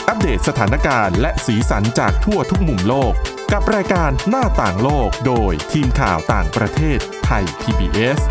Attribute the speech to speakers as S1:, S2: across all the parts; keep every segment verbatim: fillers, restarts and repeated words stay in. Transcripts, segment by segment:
S1: อัปเดตสถานการณ์และสีสันจากทั่วทุกมุมโลกกับรายการหน้าต่างโลกโดยทีมข่าวต่างประเทศไทย พี บี เอส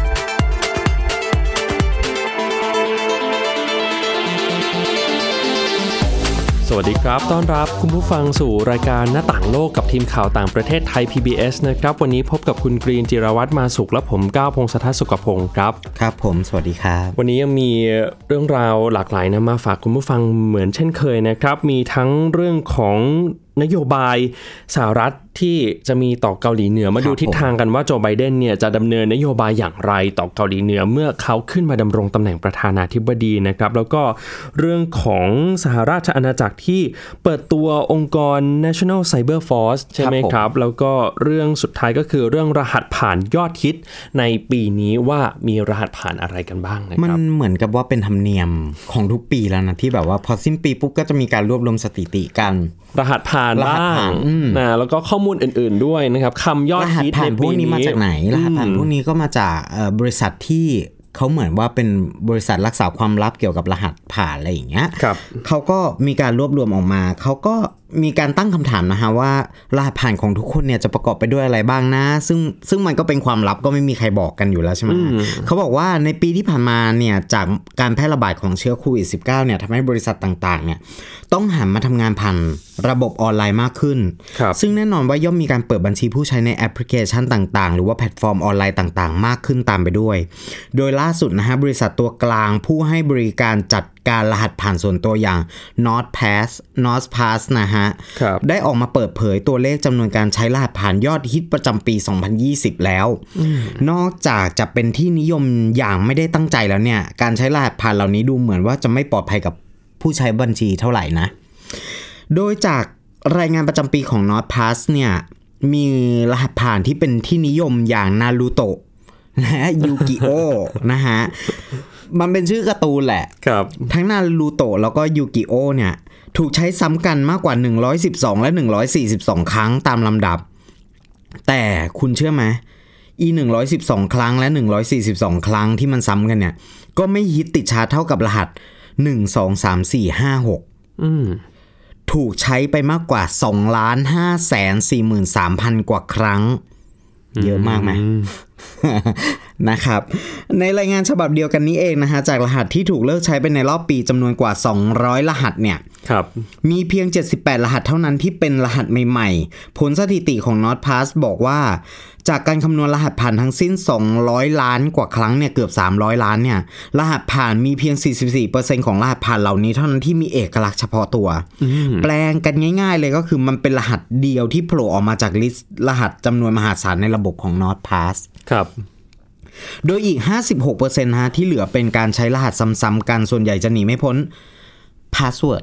S2: สวัสดีครับต้อนรับคุณผู้ฟังสู่รายการหน้าต่างโลกกับทีมข่าวต่างประเทศไทย พี บี เอส นะครับวันนี้พบกับคุณกรีนจิรวัตรมาสุขและผมก้าวพงศธรสุขพงศ์ครับ
S3: ครับผมสวัสดีครับ
S2: วันนี้ยังมีเรื่องราวหลากหลายนะมาฝากคุณผู้ฟังเหมือนเช่นเคยนะครับมีทั้งเรื่องของนโยบายสหรัฐที่จะมีต่อเกาหลีเหนือมาดูทิศทางกันว่าโจไบเดนเนี่ยจะดำเนินนโยบายอย่างไรต่อเกาหลีเหนือเมื่อเขาขึ้นมาดำรงตำแหน่งประธานาธิบดีนะครับแล้วก็เรื่องของสหราชอาณาจักรที่เปิดตัวองค์กร National Cyber Force ใช่ไหมครับแล้วก็เรื่องสุดท้ายก็คือเรื่องรหัสผ่านยอดฮิตในปีนี้ว่ามีรหัสผ่านอะไรกันบ้างนะครับ
S3: มันเหมือนกับว่าเป็นธรรมเนียมของทุกปีแล้วนะที่แบบว่าพอสิ้นปีปุ๊บก็จะมีการรวบรวมสถิติกัน
S2: รหัสผ่านบ้างนะแล้วก็ข้อมูลอื่นๆด้วยนะครับคำยอดฮิตในปีนี้
S3: พวกนี้มาจากไหนรหัสผ่านพวกนี้ก็มาจากบริษัทที่เขาเหมือนว่าเป็นบริษัทรักษาความลับเกี่ยวกับรหัสผ่านอะไรอย่างเงี้ยเขาก็มีการรวบรวมออกมาเขาก็มีการตั้งคำถามนะฮะว่ารหัสผ่านของทุกคนเนี่ยจะประกอบไปด้วยอะไรบ้างนะซึ่งซึ่งมันก็เป็นความลับก็ไม่มีใครบอกกันอยู่แล้วใช่ไหมเขาบอกว่าในปีที่ผ่านมาเนี่ยจากการแพร่ระบาดของเชื้อโควิด สิบเก้า เนี่ยทำให้บริษัทต่างๆเนี่ยต้องหันมาทำงานผ่านระบบออนไลน์มากขึ้นซึ่งแน่นอนว่าย่อมมีการเปิดบัญชีผู้ใช้ในแอปพลิเคชันต่างๆหรือว่าแพลตฟอร์มออนไลน์ต่างๆมากขึ้นตามไปด้วยโดยล่าสุดนะฮะบริษัทตัวกลางผู้ให้บริการจัดการรหัสผ่านส่วนตัวอย่าง NordPass NordPass นะฮะได้ออกมาเปิดเผยตัวเลขจำนวนการใช้รหัสผ่านยอดฮิตประจำปีสองพันยี่สิบแล้วนอกจากจะเป็นที่นิยมอย่างไม่ได้ตั้งใจแล้วเนี่ยการใช้รหัสผ่านเหล่านี้ดูเหมือนว่าจะไม่ปลอดภัยกับผู้ใช้บัญชีเท่าไหร่นะโดยจากรายงานประจำปีของ NordPass เนี่ยมีรหัสผ่านที่เป็นที่นิยมอย่างนารูโตะและยูกิโอนะฮะมันเป็นชื่อการ์ตูนแหละทั้งนารูโตะแล้วก็ยูกิโอเนี่ยถูกใช้ซ้ำกันมากกว่าหนึ่งร้อยสิบสองและหนึ่งร้อยสี่สิบสองครั้งตามลำดับแต่คุณเชื่อไหมอีหนึ่งร้อยสิบสองครั้งและหนึ่งร้อยสี่สิบสองครั้งที่มันซ้ำกันเนี่ยก็ไม่ฮิตติดชาร์ตเท่ากับรหัสหนึ่ง สอง สาม สี่ ห้า หกอืมถูกใช้ไปมากกว่า สองล้านห้าแสนสี่หมื่นสามพัน กว่าครั้งเยอะมากไหม นะครับในรายงานฉบับเดียวกันนี้เองนะฮะจากรหัสที่ถูกเลิกใช้ไปในรอบปีจำนวนกว่าสองร้อยรหัสเนี่ยมีเพียงเจ็ดสิบแปดรหัสเท่านั้นที่เป็นรหัสใหม่ๆผลสถิติของ NordPass บอกว่าจากการคำนวณรหัสผ่านทั้งสิ้นสองร้อยล้านกว่าครั้งเนี่ยเกือบสามร้อยล้านเนี่ยรหัสผ่านมีเพียง สี่สิบสี่เปอร์เซ็นต์ ของรหัสผ่านเหล่านี้เท่านั้นที่มีเอกลักษณ์เฉพาะตัวแปลงกันง่ายๆเลยก็คือมันเป็นรหัสเดียวที่โผล่ออกมาจากลิสต์รหัสจำนวนมหาศาลในระบบของ NordPass ครับโดยอีก ห้าสิบหกเปอร์เซ็นต์ ฮะที่เหลือเป็นการใช้รหัสซ้ำๆกันส่วนใหญ่จะหนีไม่พ้น password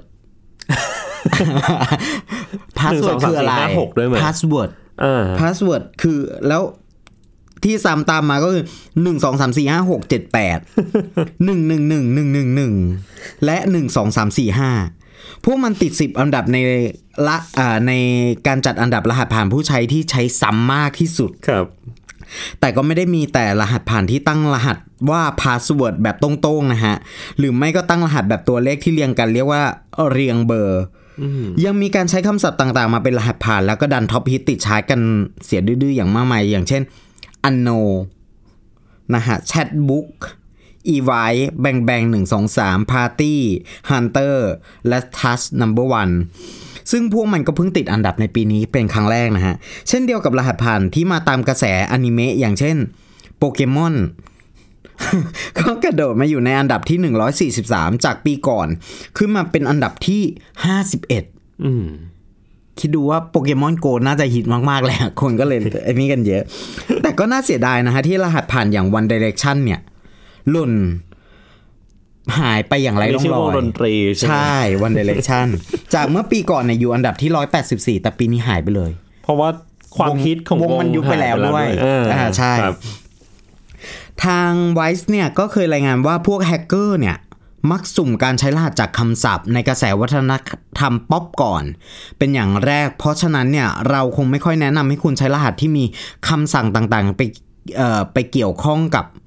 S3: password คืออะไร password อ่า password คือแล้วที่ซ้ำตามมาก็คือหนึ่ง สอง สาม สี่ ห้า หก เจ็ด แปด หนึ่ง หนึ่ง หนึ่ง หนึ่ง หนึ่ง หนึ่งและหนึ่ง สอง สาม สี่ ห้าพวกมันติดสิบอันดับในละอ่าในการจัดอันดับรหัสผ่านผู้ใช้ที่ใช้ซ้ำมากที่สุดครับแต่ก็ไม่ได้มีแต่รหัสผ่านที่ตั้งรหัสว่า password แบบตรงๆนะฮะหรือไม่ก็ตั้งรหัสแบบตัวเลขที่เรียงกันเรียกว่าเรียงเบอร์ยังมีการใช้คำศัพท์ต่างๆมาเป็นรหัสผ่านแล้วก็ดันท็อปฮิตติดชาร์ตกันเสียดื้อๆอย่างมากมายอย่างเช่น unknown นะฮะ chatbook evite bang bang หนึ่ง สอง สาม party hunter และ touch number oneซึ่งพวกมันก็เพิ่งติดอันดับในปีนี้เป็นครั้งแรกนะฮะเช่นเดียวกับรหัสผ่านที่มาตามกระแสอนิเมะอย่างเช่นโปเกมอน ก็กระโดดมาอยู่ในอันดับที่หนึ่งร้อยสี่สิบสามจากปีก่อนขึ้นมาเป็นอันดับที่ห้าสิบเอ็ดอืมคิดดูว่าโปเกมอนโกน่าจะฮิตมากๆเลยคนก็เลยไอ้นี่กันเยอะ แต่ก็น่าเสียดายนะฮะที่รหัสผ่านอย่าง One Direction เนี่ยหล่นหายไปอย่างไร้ร่องรอยดนตรีใช่ One Direction จากเมื่อปีก่อนเนี่ยอยู่อันดับที่หนึ่งร้อยแปดสิบสี่แต่ปีนี้หายไปเลย
S2: เพราะว่าความฮิตของวง
S3: มันยุบไปแล้วด้วยอ่าใช่ทาง Vice เนี่ยก็เคยรายงานว่าพวกแฮกเกอร์เนี่ยมักสุ่มการใช้รหัสจากคำศัพท์ในกระแสวัฒนธรรมป๊อปก่อนเป็นอย่างแรกเพราะฉะนั้นเนี่ยเราคงไม่ค่อยแนะนำให้คุณใช้รหัสที่มีคำสั่งต่างๆไปเอ่อไปเกี่ยวข้องกับ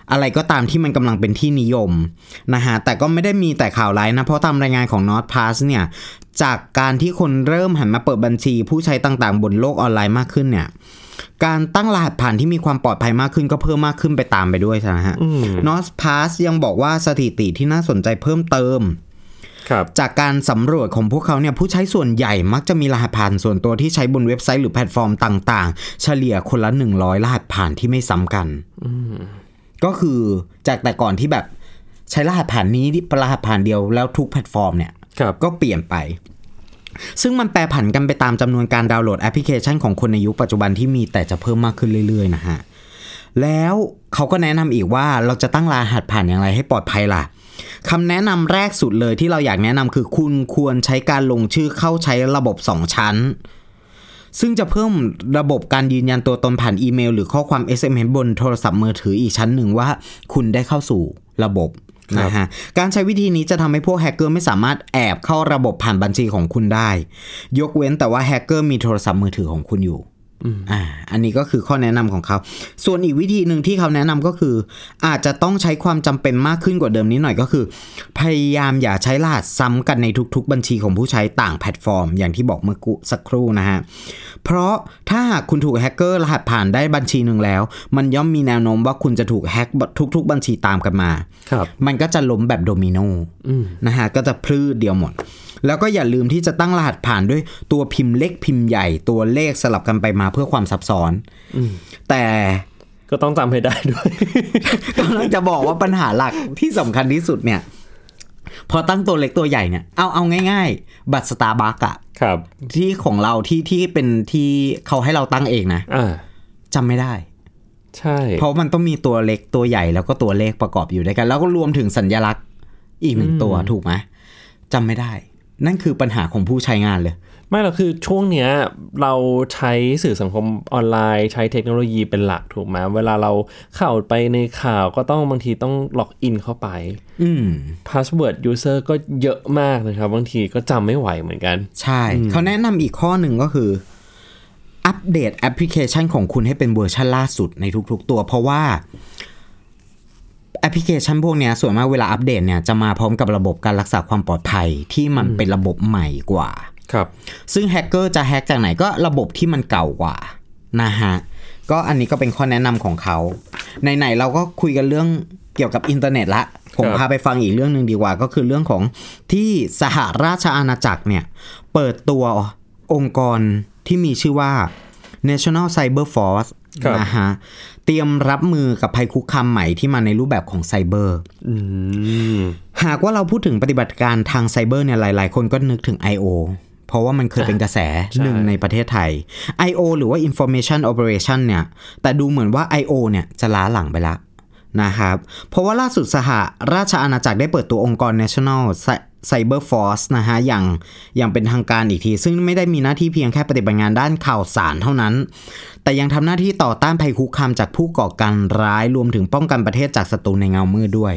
S3: อะไรก็ตามที่มันกำลังเป็นที่นิยมนะฮะแต่ก็ไม่ได้มีแต่ข่าวร้ายนะเพราะตามรายงานของ NordPass เนี่ยจากการที่คนเริ่มหันมาเปิดบัญชีผู้ใช้ต่างๆบนโลกออนไลน์มากขึ้นเนี่ยการตั้งรหัสผ่านที่มีความปลอดภัยมากขึ้นก็เพิ่มมากขึ้นไปตามไปด้วยนะฮะ NordPass ยังบอกว่าสถิติที่น่าสนใจเพิ่มเติมจากการสำรวจของพวกเขาเนี่ยผู้ใช้ส่วนใหญ่มักจะมีรหัสผ่านส่วนตัวที่ใช้บนเว็บไซต์หรือแพลตฟอร์มต่างๆเฉลี่ยคนละหนึ่งร้อยรหัสผ่านที่ไม่ซ้ำกันก็คือจากแต่ก่อนที่แบบใช้รหัสผ่านนี้รหัสผ่านเดียวแล้วทุกแพลตฟอร์มเนี่ยก็เปลี่ยนไปซึ่งมันแปรผันกันไปตามจำนวนการดาวน์โหลดแอปพลิเคชันของคนในยุคปัจจุบันที่มีแต่จะเพิ่มมากขึ้นเรื่อยๆนะฮะแล้วเขาก็แนะนำอีกว่าเราจะตั้งรหัสผ่านอย่างไรให้ปลอดภัยล่ะคำแนะนำแรกสุดเลยที่เราอยากแนะนำคือคุณควรใช้การลงชื่อเข้าใช้ระบบสองชั้นซึ่งจะเพิ่มระบบการยืนยันตัวตนผ่านอีเมลหรือข้อความ เอส เอ็ม เอส บนโทรศัพท์มือถืออีกชั้นหนึ่งว่าคุณได้เข้าสู่ระบบนะฮะการใช้วิธีนี้จะทำให้พวกแฮกเกอร์ไม่สามารถแอบเข้าระบบผ่านบัญชีของคุณได้ยกเว้นแต่ว่าแฮกเกอร์มีโทรศัพท์มือถือของคุณอยู่อ่าอันนี้ก็คือข้อแนะนำของเขาส่วนอีกวิธีหนึ่งที่เขาแนะนำก็คืออาจจะต้องใช้ความจำเป็นมากขึ้นกว่าเดิมนิดหน่อยก็คือพยายามอย่าใช้รหัสซ้ำกันในทุกๆบัญชีของผู้ใช้ต่างแพลตฟอร์มอย่างที่บอกเมื่อสักครู่นะฮะเพราะถ้าหากคุณถูกแฮกเกอร์รหัสผ่านได้บัญชีหนึ่งแล้วมันย่อมมีแนวโน้มว่าคุณจะถูกแฮกทุกๆบัญชีตามกันมามันก็จะล้มแบบโดมิโนนะฮะก็จะพลืดเดียวหมดแล้วก็อย่าลืมที่จะตั้งรหัสผ่านด้วยตัวพิมพ์เล็กพิมพ์ใหญ่ตัวเลขสลับกันไปมาเพื่อความซับซ้อนแต่
S2: ก็ต้องจำให้ได้ด้วย
S3: กำลังจะบอกว่าปัญหาหลักที่สำคัญที่สุดเนี่ยพอตั้งตัวเล็กตัวใหญ่เนี่ยเอาเอาง่ายๆบัตร Starbucks อ่ะที่ของเราที่ที่เป็นที่เขาให้เราตั้งเองนะจำไม่ได้
S2: ใช่
S3: เพราะมันต้องมีตัวเล็กตัวใหญ่แล้วก็ตัวเลขประกอบอยู่ด้วยกันแล้วก็รวมถึงสัญลักษณ์อีกหนึ่งตัวถูกไหมจำไม่ได้นั่นคือปัญหาของผู้ใช้งานเลย
S2: ไม่หรอกคือช่วงเนี้ยเราใช้สื่อสังคมออนไลน์ใช้เทคโนโลยีเป็นหลักถูกไหมเวลาเราเข้าไปในข่าวก็ต้องบางทีต้องล็อกอินเข้าไป
S3: อืม
S2: password user ก็เยอะมากนะครับบางทีก็จำไม่ไหวเหมือนกัน
S3: ใช่เขาแนะนำอีกข้อหนึ่งก็คืออัปเดตแอปพลิเคชันของคุณให้เป็นเวอร์ชันล่าสุดในทุกๆตัวเพราะว่าแอปพลิเคชันพวกนี้ส่วนมากเวลาอัปเดตเนี่ยจะมาพร้อมกับระบบการรักษาความปลอดภัยที่มันเป็นระบบใหม่กว่า
S2: ครับ
S3: ซึ่งแฮกเกอร์จะแฮกจากไหนก็ระบบที่มันเก่ากว่านะฮะก็อันนี้ก็เป็นข้อแนะนำของเขาไหนๆเราก็คุยกันเรื่องเกี่ยวกับอินเทอร์เน็ตละผมพาไปฟังอีกเรื่องนึงดีกว่าก็คือเรื่องของที่สหราชอาณาจักรเนี่ยเปิดตัวองค์กรที่มีชื่อว่า National Cyber Force นะฮะเตรียมรับมือกับภัยคุกคามใหม่ที่มาในรูปแบบของไซเบอร์หากว่าเราพูดถึงปฏิบัติการทางไซเบอร์เนี่ยหลายๆคนก็นึกถึง ไอ โอ เพราะว่ามันเคยเป็นกระแสหนึ่งในประเทศไทย ไอ โอ หรือว่า Information Operation เนี่ยแต่ดูเหมือนว่า ไอ โอ เนี่ยจะล้าหลังไปละนะครับเพราะว่าล่าสุดสหราชอาณาจักรได้เปิดตัวองค์กร National Cyber Force นะฮะอย่างอย่างเป็นทางการอีกทีซึ่งไม่ได้มีหน้าที่เพียงแค่ปฏิบัติงานด้านข่าวสารเท่านั้นแต่ยังทำหน้าที่ต่อต้านภัยคุกคามจากผู้ก่อการร้ายรวมถึงป้องกันประเทศจากศัตรูในเงามืดด้วย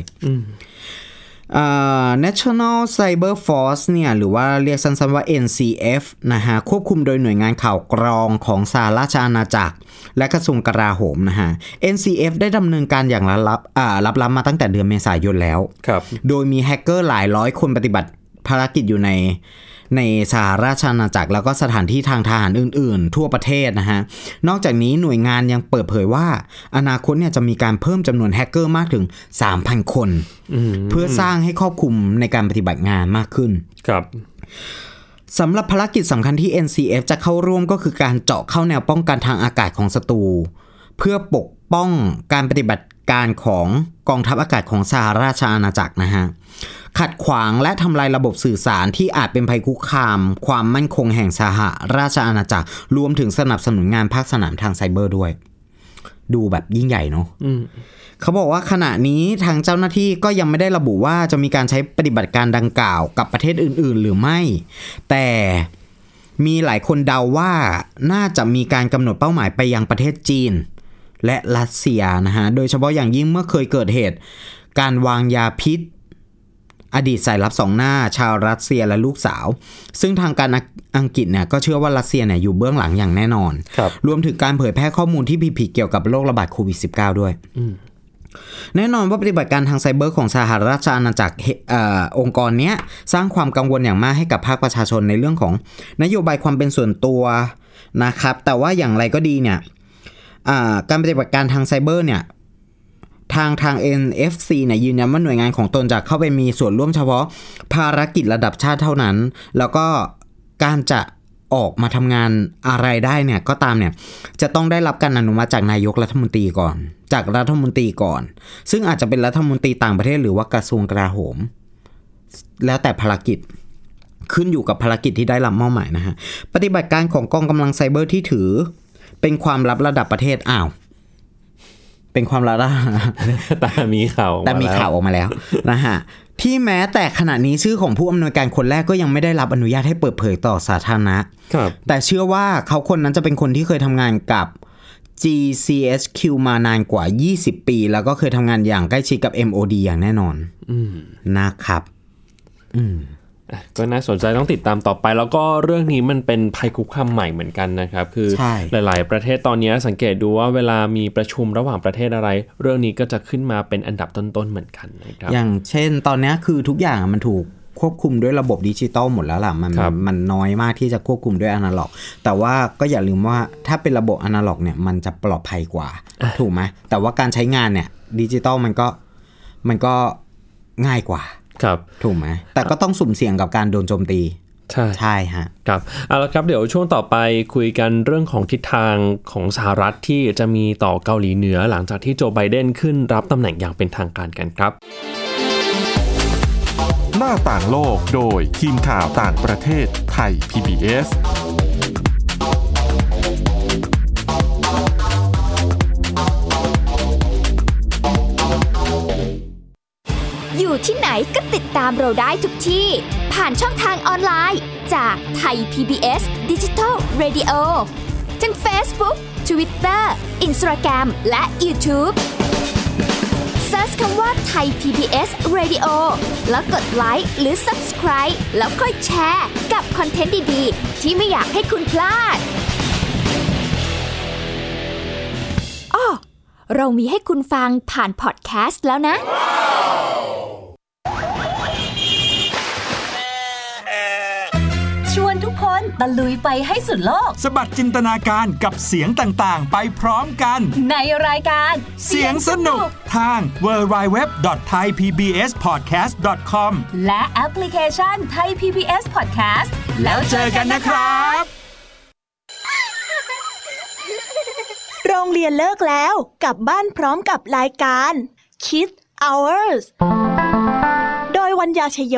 S3: uh, National Cyber Force เนี่ยหรือว่าเรียกสั้นๆว่า เอ็น ซี เอฟ นะฮะควบคุมโดยหน่วยงานข่าวกรองของสหราชอาณาจักรและกระทรวงกลาโหมนะฮะ เอ็น ซี เอฟ ได้ดำเนินการอย่างลับอ่าลับๆมาตั้งแต่เดือนเมษายนแล้วโดยมีแฮกเกอร์หลายร้อยคนปฏิบัติภารกิจอยู่ในในสหราชอาณาจักรแล้วก็สถานที่ทางทหารอื่นๆทั่วประเทศนะฮะนอกจากนี้หน่วยงานยังเปิดเผยว่าอนาคตเนี่ยจะมีการเพิ่มจำนวนแฮกเกอร์มากถึง สามพัน คนเพื่อสร้างให้ครอบคลุมในการปฏิบัติงานมากขึ้น
S2: ครับ
S3: สำหรับภารกิจสำคัญที่ เอ็น ซี เอฟ จะเข้าร่วมก็คือการเจาะเข้าแนวป้องกันทางอากาศของศัตรูเพื่อปกป้องการปฏิบัติการของกองทัพอากาศของสหราชอาณาจักรนะฮะขัดขวางและทำลายระบบสื่อสารที่อาจเป็นภัยคุกคามความมั่นคงแห่งสหราชอาณาจักรรวมถึงสนับสนุนงานภาคสนามทางไซเบอร์ด้วยดูแบบยิ่งใหญ่เนาะเขาบอกว่าขณะนี้ทางเจ้าหน้าที่ก็ยังไม่ได้ระบุว่าจะมีการใช้ปฏิบัติการดังกล่าวกับประเทศอื่นๆหรือไม่แต่มีหลายคนเดาว่าน่าจะมีการกำหนดเป้าหมายไปยังประเทศจีนและรัสเซียนะฮะโดยเฉพาะอย่างยิ่งเมื่อเคยเกิดเหตุการวางยาพิษอดีตสายลับสองหน้าชาวรัสเซียและลูกสาวซึ่งทางการอังกฤษเนี่ยก็เชื่อว่ารัสเซียเนี่ยอยู่เบื้องหลังอย่างแน่นอน รวมถึงการเผยแพร่ข้อมูลที่ผิดๆเกี่ยวกับโรคระบาดโควิด สิบเก้า ด้วยแน่นอนว่าปฏิบัติการทางไซเบอร์ของสหราชอาณาจักรเอ่อองค์กรนี้สร้างความกังวลอย่างมากให้กับภาคประชาชนในเรื่องของนโยบายความเป็นส่วนตัวนะครับแต่ว่าอย่างไรก็ดีเนี่ยการปฏิบัติการทางไซเบอร์เนี่ยทางทาง เอ็น เอฟ ซี เนี่ยยืนยันว่าหน่วยงานของตนจะเข้าไปมีส่วนร่วมเฉพาะภารกิจระดับชาติเท่านั้นแล้วก็การจะออกมาทำงานอะไรได้เนี่ยก็ตามเนี่ยจะต้องได้รับการอนุมัติจากนายกรัฐมนตรีก่อนจากรัฐมนตรีก่อนซึ่งอาจจะเป็นรัฐมนตรีต่างประเทศหรือว่ากระทรวงกลาโหมแล้วแต่ภารกิจขึ้นอยู่กับภารกิจที่ได้รับมอบหมายนะฮะปฏิบัติการของกองกำลังไซเบอร์ที่ถือเป็นความลับระดับประเทศอ้าวเป็นความลับ
S2: แต่มีข่าว
S3: แต่มีข่าวออกมาแล้วนะฮะที่แม้แต่ขณะนี้ชื่อของผู้อำนวยการคนแรกก็ยังไม่ได้รับอนุญาตให้เปิดเผยต่อสาธารณะแต่เชื่อว่าเขาคนนั้นจะเป็นคนที่เคยทำงานกับ จี ซี เอช คิว มานานกว่ายี่สิบปีแล้วก็เคยทำงานอย่างใกล้ชิดกับ เอ็ม โอ ดี อย่างแน่นอนนะครับอืม
S2: ก็น่าสนใจต้องติดตามต่อไปแล้วก็เรื่องนี้มันเป็นภัยคุกคามใหม่เหมือนกันนะครับคือหลายๆประเทศตอนนี้สังเกตดูว่าเวลามีประชุมระหว่างประเทศอะไรเรื่องนี้ก็จะขึ้นมาเป็นอันดับต้นๆเหมือนกันนะครับ
S3: อย่างเช่นตอนนี้คือทุกอย่างมันถูกควบคุมด้วยระบบดิจิตอลหมดแล้วล่ะมันมันน้อยมากที่จะควบคุมด้วยอนาล็อกแต่ว่าก็อย่าลืมว่าถ้าเป็นระบบอนาล็อกเนี่ยมันจะปลอดภัยกว่าถูกไหมแต่ว่าการใช้งานเนี่ยดิจิตอลมันก็มันก็ง่ายกว่า
S2: ครับ
S3: ถูกไหมแต่ก็ต้องสุ่มเสี่ยงกับการโดนโจมตี
S2: ใช่
S3: ใช่ฮะ
S2: ครับเอาละครับเดี๋ยวช่วงต่อไปคุยกันเรื่องของทิศทางของสหรัฐที่จะมีต่อเกาหลีเหนือหลังจากที่โจไบเดนขึ้นรับตำแหน่งอย่างเป็นทางการกันครับ
S1: หน้าต่างโลกโดยทีมข่าวต่างประเทศไทย พี บี เอส
S4: อยู่ที่ไหนก็ติดตามเราได้ทุกที่ผ่านช่องทางออนไลน์จากไทย พี บี เอส Digital Radio ทั้ง Facebook, Twitter, Instagram และ YouTubeเสิร์ชคำว่าไทย พี บี เอส Radio แล้วกดไลค์หรือ Subscribe แล้วค่อยแชร์กับคอนเทนต์ดีๆที่ไม่อยากให้คุณพลาดอ้อเรามีให้คุณฟังผ่านพอดแคสต์แล้วนะ
S5: ชวนทุกคนตะลุยไปให้สุดโลก
S6: สบัดจินตนาการกับเสียงต่างๆไปพร้อมกัน
S5: ในรายการ
S6: เสียงสนุกทาง ดับเบิลยู ดับเบิลยู ดับเบิลยู ดอท ไทย พี บี เอส พอดแคสต์ ดอท คอม
S5: และแอปพลิเคชัน Thai พี บี เอส Podcast
S6: แล้วเจอกันนะครับ
S7: โรงเรียนเลิกแล้วกลับบ้านพร้อมกับรายการ Kids Hours โดยวัญญาชโย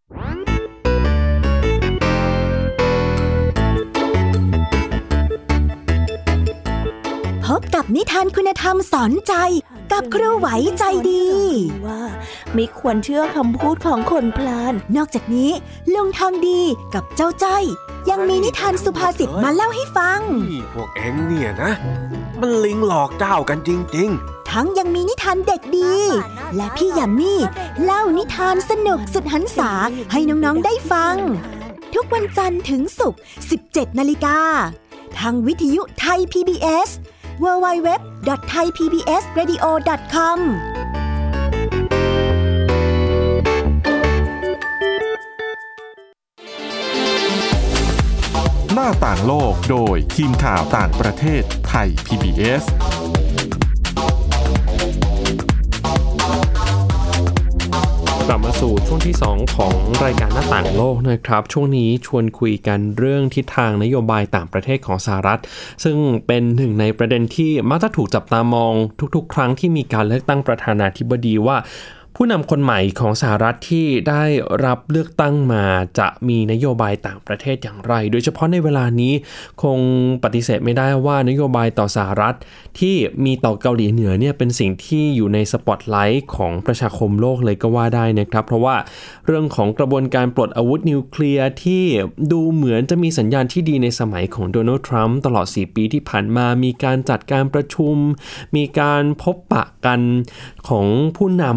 S8: พบกับนิทานคุณธรรมสอนใจกับครูไหวใจดี
S7: ว่าไม่ควรเชื่อคำพูดของคนพลาน
S8: นอกจากนี้ลุงทองดีกับเจ้าจ้อยยังมีนิทานสุภาษิตมาเล่าให้ฟัง
S9: พวกเอ็งเนี่ยนะมันลิงหลอกเจ้ากันจริง
S8: ๆทั้งยังมีนิทานเด็กดีและพี่ยามีเล่านิทานสนุกสุดหรรษาให้น้องๆได้ฟังทุกวันจันทร์ถึงศุกร์ สิบเจ็ดนาฬิกาทางวิทยุไทย พี บี เอส ดับเบิลยู ดับเบิลยู ดับเบิลยู ดอท ไทย พี บี เอส เรดิโอ ดอท คอม
S1: หน้าต่างโลกโดยทีมข่าวต่างประเทศไทย พี บี เอส
S2: กลับมาสู่ช่วงที่สองของรายการหน้าต่างโลกนะครับช่วงนี้ชวนคุยกันเรื่องทิศทางนโยบายต่างประเทศของสหรัฐซึ่งเป็นหนึ่งในประเด็นที่มักจะถูกจับตามองทุกๆครั้งที่มีการเลือกตั้งประธานาธิบดีว่าผู้นำคนใหม่ของสหรัฐที่ได้รับเลือกตั้งมาจะมีนโยบายต่างประเทศอย่างไรโดยเฉพาะในเวลานี้คงปฏิเสธไม่ได้ว่านโยบายต่อสหรัฐที่มีต่อเกาหลีเหนือเนี่ยเป็นสิ่งที่อยู่ในสปอตไลท์ของประชาคมโลกเลยก็ว่าได้นะครับเพราะว่าเรื่องของกระบวนการปลดอาวุธนิวเคลียร์ที่ดูเหมือนจะมีสัญญาณที่ดีในสมัยของโดนัลด์ทรัมป์ตลอดสี่ปีที่ผ่านมามีการจัดการประชุมมีการพบปะกันของผู้นำแล้วก็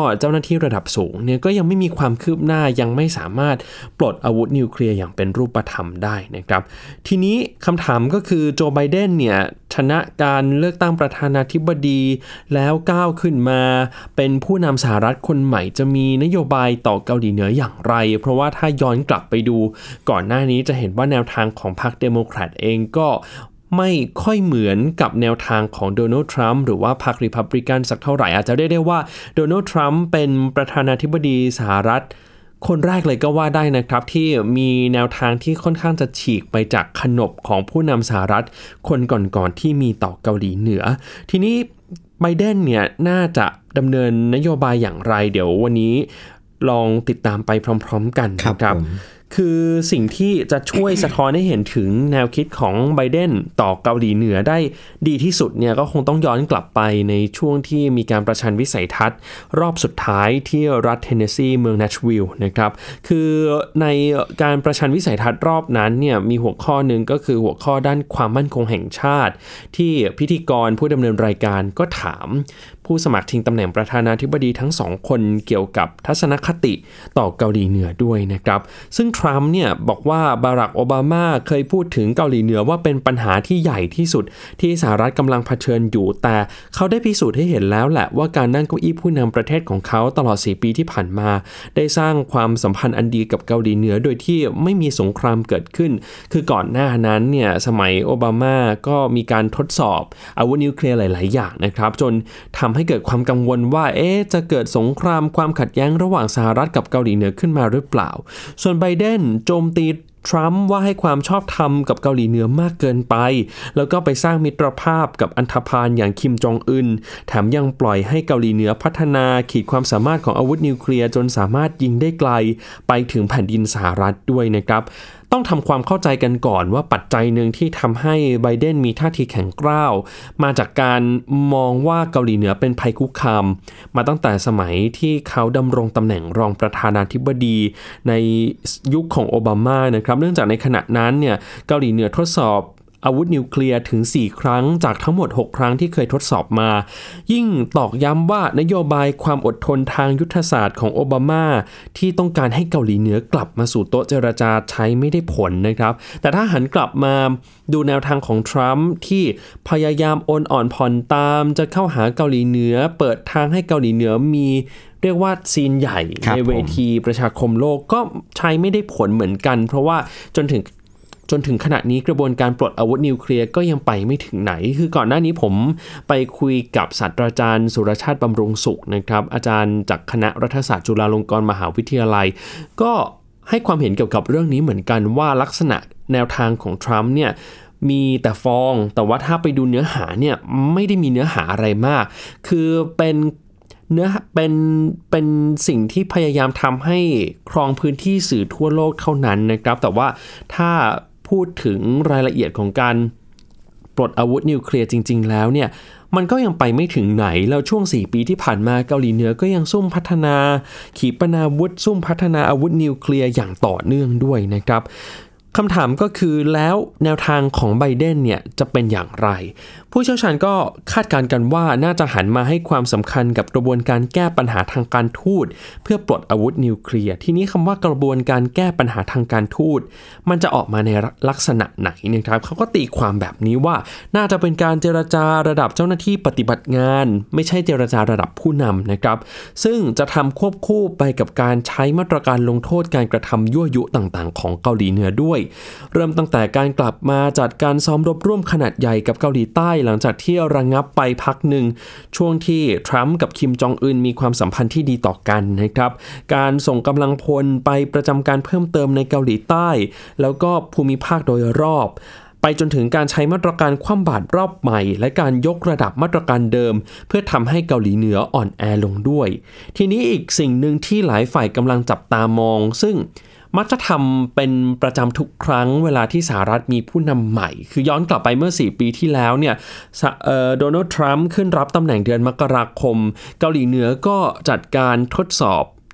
S2: เจ้าหน้าที่ระดับสูงเนี่ยก็ยังไม่มีความคืบหน้ายังไม่สามารถปลดอาวุธนิวเคลียร์อย่างเป็นรูปธรรมได้นะครับทีนี้คำถามก็คือโจไบเดนเนี่ยชนะการเลือกตั้งประธานาธิบดีแล้วก้าวขึ้นมาเป็นผู้นำสหรัฐคนใหม่จะมีนโยบายต่อเกาหลีเหนืออย่างไรเพราะว่าถ้าย้อนกลับไปดูก่อนหน้านี้จะเห็นว่าแนวทางของพรรคเดโมแครตเองก็ไม่ค่อยเหมือนกับแนวทางของโดนัลด์ทรัมป์หรือว่าพรรครีพับลิกันสักเท่าไหร่อาจจะเรียกได้ว่าโดนัลด์ทรัมป์เป็นประธานาธิบดีสหรัฐคนแรกเลยก็ว่าได้นะครับที่มีแนวทางที่ค่อนข้างจะฉีกไปจากขนบของผู้นำสหรัฐคนก่อนๆที่มีต่อเกาหลีเหนือทีนี้ไบเดนเนี่ยน่าจะดำเนินนโยบายอย่างไรเดี๋ยววันนี้ลองติดตามไปพร้อมๆกันนะครับคือสิ่งที่จะช่วยสะท้อนให้เห็นถึงแนวคิดของไบเดนต่อเกาหลีเหนือได้ดีที่สุดเนี่ยก็คงต้องย้อนกลับไปในช่วงที่มีการประชันวิสัยทัศน์รอบสุดท้ายที่รัฐเทนเนสซีเมืองนัชวิลล์นะครับคือในการประชันวิสัยทัศน์รอบนั้นเนี่ยมีหัวข้อหนึ่งก็คือหัวข้อด้านความมั่นคงแห่งชาติที่พิธีกรผู้ดำเนินรายการก็ถามผู้สมัครชิงตำแหน่งประธานาธิบดีทั้งสองคนเกี่ยวกับทัศนคติต่อเกาหลีเหนือด้วยนะครับซึ่งทรัมป์เนี่ยบอกว่าบารักโอบามาเคยพูดถึงเกาหลีเหนือว่าเป็นปัญหาที่ใหญ่ที่สุดที่สหรัฐกำลังเผชิญอยู่แต่เขาได้พิสูจน์ให้เห็นแล้วแหละว่าการนั่งเก้าอี้ผู้นำประเทศของเขาตลอดสี่ปีที่ผ่านมาได้สร้างความสัมพันธ์อันดีกับเกาหลีเหนือโดยที่ไม่มีสงครามเกิดขึ้นคือก่อนหน้านั้นเนี่ยสมัยโอบามาก็มีการทดสอบอาวุธนิวเคลียร์หลายๆอย่างนะครับจนทำให้เกิดความกังวลว่าเอ๊ะจะเกิดสงครามความขัดแย้งระหว่างสหรัฐกับเกาหลีเหนือขึ้นมาหรือเปล่าส่วนไบเดนโจมตีทรัมป์ว่าให้ความชอบธรรมกับเกาหลีเหนือมากเกินไปแล้วก็ไปสร้างมิตรภาพกับอันธพาลอย่างคิมจองอึนแถมยังปล่อยให้เกาหลีเหนือพัฒนาขีดความสามารถของอาวุธนิวเคลียร์จนสามารถยิงได้ไกลไปถึงแผ่นดินสหรัฐด้วยนะครับต้องทำความเข้าใจกันก่อนว่าปัจจัยหนึ่งที่ทำให้ไบเดนมีท่าทีแข็งกร้าวมาจากการมองว่าเกาหลีเหนือเป็นภัยคุกคามมาตั้งแต่สมัยที่เขาดำรงตำแหน่งรองประธานาธิบดีในยุคของโอบามานะครับเนื่องจากในขณะนั้นเนี่ยเกาหลีเหนือทดสอบอาวุธนิวเคลียร์ถึงสี่ครั้งจากทั้งหมดหกครั้งที่เคยทดสอบมายิ่งตอกย้ำว่านโยบายความอดทนทางยุทธศาสตร์ของโอบามาที่ต้องการให้เกาหลีเหนือกลับมาสู่โต๊ะเจรจาใช้ไม่ได้ผลนะครับแต่ถ้าหันกลับมาดูแนวทางของทรัมป์ที่พยายามโอนอ่อนผ่อนตามจะเข้าหาเกาหลีเหนือเปิดทางให้เกาหลีเหนือมีเรียกว่าซีนใหญ่ในเวทีประชาคมโลกก็ใช้ไม่ได้ผลเหมือนกันเพราะว่าจนถึงจนถึงขณะนี้กระบวนการปลดอาวุธนิวเคลียร์ก็ยังไปไม่ถึงไหนคือก่อนหน้านี้ผมไปคุยกับศาสตราจารย์สุรชาติบำรุงสุขนะครับอาจารย์จากคณะรัฐศาสตร์จุฬาลงกรณ์มหาวิทยาลัยก็ให้ความเห็นเกี่ยวกับเรื่องนี้เหมือนกันว่าลักษณะแนวทางของทรัมป์เนี่ยมีแต่ฟองแต่ว่าถ้าไปดูเนื้อหาเนี่ยไม่ได้มีเนื้อหาอะไรมากคือเป็นเนื้อเป็นเป็นสิ่งที่พยายามทำให้ครองพื้นที่สื่อทั่วโลกเท่านั้นนะครับแต่ว่าถ้าพูดถึงรายละเอียดของการปลดอาวุธนิวเคลียร์จริงๆแล้วเนี่ยมันก็ยังไปไม่ถึงไหนแล้วช่วงสี่ปีที่ผ่านมาเกาหลีเหนือก็ยังซุ่มพัฒนาขีปนาวุธซุ่มพัฒนาอาวุธนิวเคลียร์อย่างต่อเนื่องด้วยนะครับคำถามก็คือแล้วแนวทางของไบเดนเนี่ยจะเป็นอย่างไรผู้เชี่ยวชาญก็คาดการณ์กันว่าน่าจะหันมาให้ความสำคัญกับกระบวนการแก้ปัญหาทางการทูตเพื่อปลดอาวุธนิวเคลียร์ทีนี้คำว่ากระบวนการแก้ปัญหาทางการทูตมันจะออกมาในลักษณะไหนนะครับเขาก็ตีความแบบนี้ว่าน่าจะเป็นการเจรจาระดับเจ้าหน้าที่ปฏิบัติงานไม่ใช่เจรจาระดับผู้นำนะครับซึ่งจะทำควบคู่ไปกับการใช้มาตรการลงโทษการกระทำยั่วยุต่างๆของเกาหลีเหนือด้วยเริ่มตั้งแต่การกลับมาจัดการซ้อมรบร่วมขนาดใหญ่กับเกาหลีใต้หลังจากที่ระงับไปพักหนึ่งช่วงที่ทรัมป์กับคิมจองอึนมีความสัมพันธ์ที่ดีต่อกันนะครับการส่งกำลังพลไปประจำการเพิ่มเติมในเกาหลีใต้แล้วก็ภูมิภาคโดยรอบไปจนถึงการใช้มาตรการคว่ำบาตรรอบใหม่และการยกระดับมาตรการเดิมเพื่อทำให้เกาหลีเหนืออ่อนแอลงด้วยทีนี้อีกสิ่งหนึ่งที่หลายฝ่ายกำลังจับตามองซึ่งมักจะทำเป็นประจำทุกครั้งเวลาที่สหรัฐมีผู้นำใหม่คือย้อนกลับไปเมื่อสี่ปีที่แล้วเนี่ยโดนัลด์ทรัมป์ขึ้นรับตำแหน่งเดือนมกราคมเกาหลีเหนือก็จัดการทดสอบ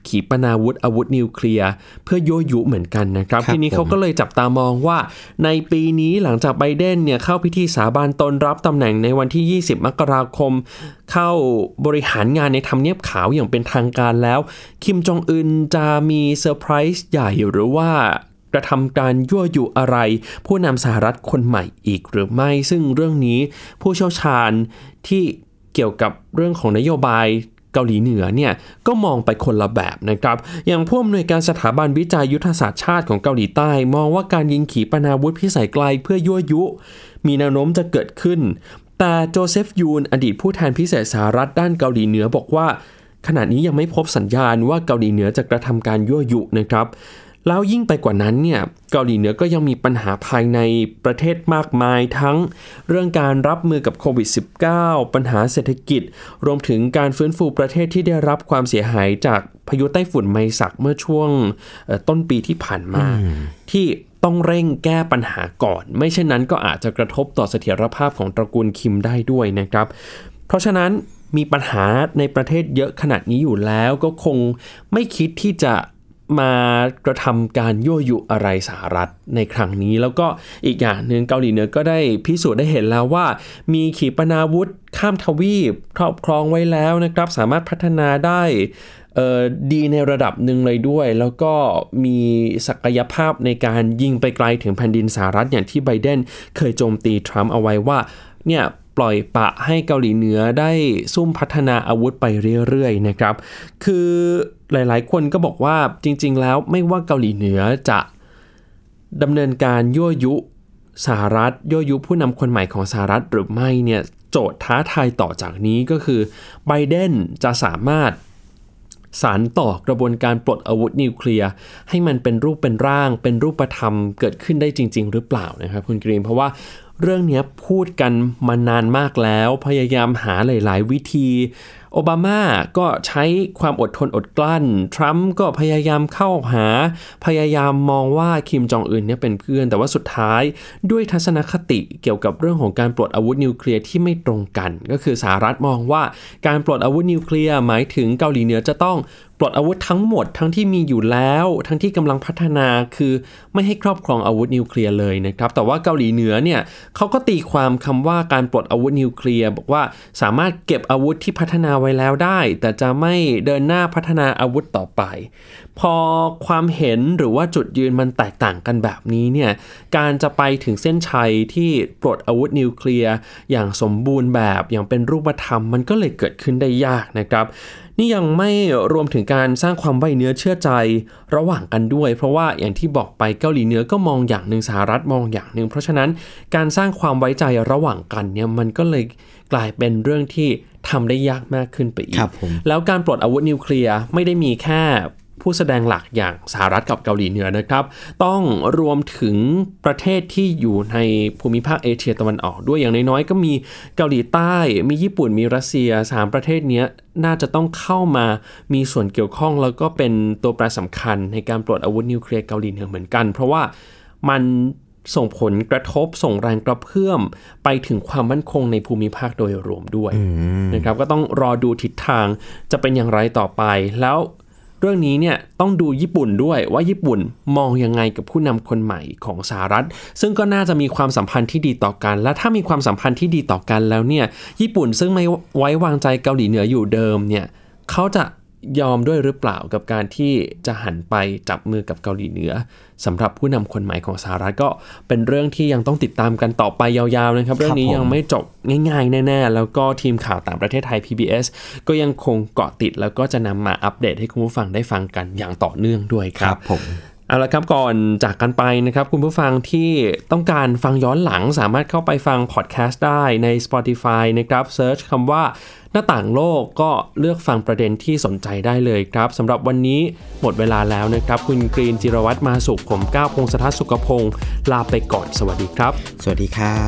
S2: ขีปนาวุธอาวุธนิวเคลียร์เพื่อยั่วยุเหมือนกันนะครับทีนี้เขาก็เลยจับตามองว่าในปีนี้หลังจากไบเดนเนี่ยเข้าพิธีสาบานตนรับตำแหน่งในวันที่ยี่สิบมกราคมเข้าบริหารงานในทำเนียบขาวอย่างเป็นทางการแล้วคิมจองอึนจะมีเซอร์ไพรส์ใหญ่หรือว่ากระทำการยั่วยุอะไรผู้นำสหรัฐคนใหม่อีกหรือไม่ซึ่งเรื่องนี้ผู้เชี่ยวชาญที่เกี่ยวกับเรื่องของนโยบายเกาหลีเหนือเนี่ยก็มองไปคนละแบบนะครับอย่างผู้อำนวยการสถาบันวิจัยยุทธศาสตร์ชาติของเกาหลีใต้มองว่าการยิงขีปนาวุธพิสัยไกลเพื่อยั่วยุมีแนวโน้มจะเกิดขึ้นแต่โจเซฟยูนอดีตผู้แทนพิเศษสหรัฐด้านเกาหลีเหนือบอกว่าขณะนี้ยังไม่พบสัญญาณว่าเกาหลีเหนือจะกระทำการยั่วยุนะครับแล้วยิ่งไปกว่านั้นเนี่ยเกาหลีเหนือก็ยังมีปัญหาภายในประเทศมากมายทั้งเรื่องการรับมือกับโควิด สิบเก้า ปัญหาเศรษฐกิจรวมถึงการฟื้นฟูประเทศที่ได้รับความเสียหายจากพายุไต้ฝุ่นไมซักเมื่อช่วงต้นปีที่ผ่านมาที่ต้องเร่งแก้ปัญหาก่อนไม่เช่นนั้นก็อาจจะกระทบต่อเสถียรภาพของตระกูลคิมได้ด้วยนะครับเพราะฉะนั้นมีปัญหาในประเทศเยอะขนาดนี้อยู่แล้วก็คงไม่คิดที่จะมากระทำการยั่วยุอะไรสหรัฐในครั้งนี้แล้วก็อีกอย่างหนึ่งเกาหลีเหนือก็ได้พิสูจน์ได้เห็นแล้วว่ามีขีปนาวุธข้ามทวีปครอบครองไว้แล้วนะครับสามารถพัฒนาได้เอ่อดีในระดับหนึ่งเลยด้วยแล้วก็มีศักยภาพในการยิงไปไกลถึงแผ่นดินสหรัฐอย่างที่ไบเดนเคยโจมตีทรัมป์เอาไว้ว่าเนี่ยปล่อยปะให้เกาหลีเหนือได้ซุ่มพัฒนาอาวุธไปเรื่อยๆนะครับคือหลายๆคนก็บอกว่าจริงๆแล้วไม่ว่าเกาหลีเหนือจะดำเนินการยั่วยุสหรัฐยั่วยุผู้นำคนใหม่ของสหรัฐหรือไม่เนี่ยโจทย์ท้าทายต่อจากนี้ก็คือไบเดนจะสามารถสานต่อกระบวนการปลดอาวุธนิวเคลียร์ให้มันเป็นรูปเป็นร่างเป็นรูปธรรมเกิดขึ้นได้จริงๆหรือเปล่านะครับคุณกรีนเพราะว่าเรื่องนี้พูดกันมานานมากแล้วพยายามหาหลายๆวิธีโอบามาก็ใช้ความอดทนอดกลั้นทรัมป์ก็พยายามเข้าหาพยายามมองว่าคิมจองอึนเนี่ยเป็นเพื่อนแต่ว่าสุดท้ายด้วยทัศนคติเกี่ยวกับเรื่องของการปลดอาวุธนิวเคลียร์ที่ไม่ตรงกันก็คือสหรัฐมองว่าการปลดอาวุธนิวเคลียร์หมายถึงเกาหลีเหนือจะต้องปลดอาวุธทั้งหมดทั้งที่มีอยู่แล้วทั้งที่กำลังพัฒนาคือไม่ให้ครอบครองอาวุธนิวเคลียร์เลยนะครับแต่ว่าเกาหลีเหนือเนี่ยเขาก็ตีความคำว่าการปลดอาวุธนิวเคลียร์บอกว่าสามารถเก็บอาวุธที่พัฒนาไว้แล้วได้แต่จะไม่เดินหน้าพัฒนาอาวุธต่อไปพอความเห็นหรือว่าจุดยืนมันแตกต่างกันแบบนี้เนี่ยการจะไปถึงเส้นชัยที่ปลดอาวุธนิวเคลียร์อย่างสมบูรณ์แบบอย่างเป็นรูปธรรมมันก็เลยเกิดขึ้นได้ยากนะครับนี่ยังไม่รวมถึงการสร้างความไว้เนื้อเชื่อใจระหว่างกันด้วยเพราะว่าอย่างที่บอกไปเกาหลีเหนือก็มองอย่างหนึ่งสหรัฐมองอย่างหนึ่งเพราะฉะนั้นการสร้างความไว้ใจระหว่างกันเนี่ยมันก็เลยกลายเป็นเรื่องที่ทำได้ยากมากขึ้นไปอีกแล้วการปลดอาวุธนิวเคลียร์ไม่ได้มีแค่ผู้แสดงหลักอย่างสหรัฐกับเกาหลีเหนือนะครับต้องรวมถึงประเทศที่อยู่ในภูมิภาคเอเชียตะวันออกด้วยอย่างน้อยๆก็มีเกาหลีใต้มีญี่ปุ่นมีรัสเซียสามประเทศนี้น่าจะต้องเข้ามามีส่วนเกี่ยวข้องแล้วก็เป็นตัวแปรสำคัญในการปลดอาวุธนิวเคลียร์เกาหลีเหนือเหมือนกันเพราะว่ามันส่งผลกระทบส่งแรงกระเพื่อมไปถึงความมั่นคงในภูมิภาคโดยรวมด้วยนะครับก็ต้องรอดูทิศทางจะเป็นอย่างไรต่อไปแล้วเรื่องนี้เนี่ยต้องดูญี่ปุ่นด้วยว่าญี่ปุ่นมองยังไงกับผู้นำคนใหม่ของสหรัฐซึ่งก็น่าจะมีความสัมพันธ์ที่ดีต่อกันและถ้ามีความสัมพันธ์ที่ดีต่อกันแล้วเนี่ยญี่ปุ่นซึ่งไม่ไว้วางใจเกาหลีเหนืออยู่เดิมเนี่ยเขาจะยอมด้วยหรือเปล่ากับการที่จะหันไปจับมือกับเกาหลีเหนือสำหรับผู้นำคนใหม่ของสหรัฐก็เป็นเรื่องที่ยังต้องติดตามกันต่อไปยาวๆนะครับเรื่องนี้ยังไม่จบง่ายๆแน่ๆแล้วก็ทีมข่าวต่างประเทศไทย พี บี เอส ก็ยังคงเกาะติดแล้วก็จะนำมาอัปเดตให้คุณผู้ฟังได้ฟังกันอย่างต่อเนื่องด้วยครับครับผมเอาละครับก่อนจากกันไปนะครับคุณผู้ฟังที่ต้องการฟังย้อนหลังสามารถเข้าไปฟังพอดแคสต์ได้ใน Spotify นะครับเซิร์ชคำว่าหน้าต่างโลกก็เลือกฟังประเด็นที่สนใจได้เลยครับสำหรับวันนี้หมดเวลาแล้วนะครับคุณกรีนจิรวัตรมาสุขผมก้าวพงศธรสุขพงศ์ลาไปก่อนสวัสดีครับ
S3: สวัสดีครับ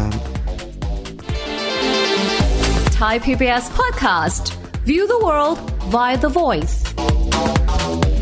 S5: Thai พี บี เอส Podcast View the world via the voice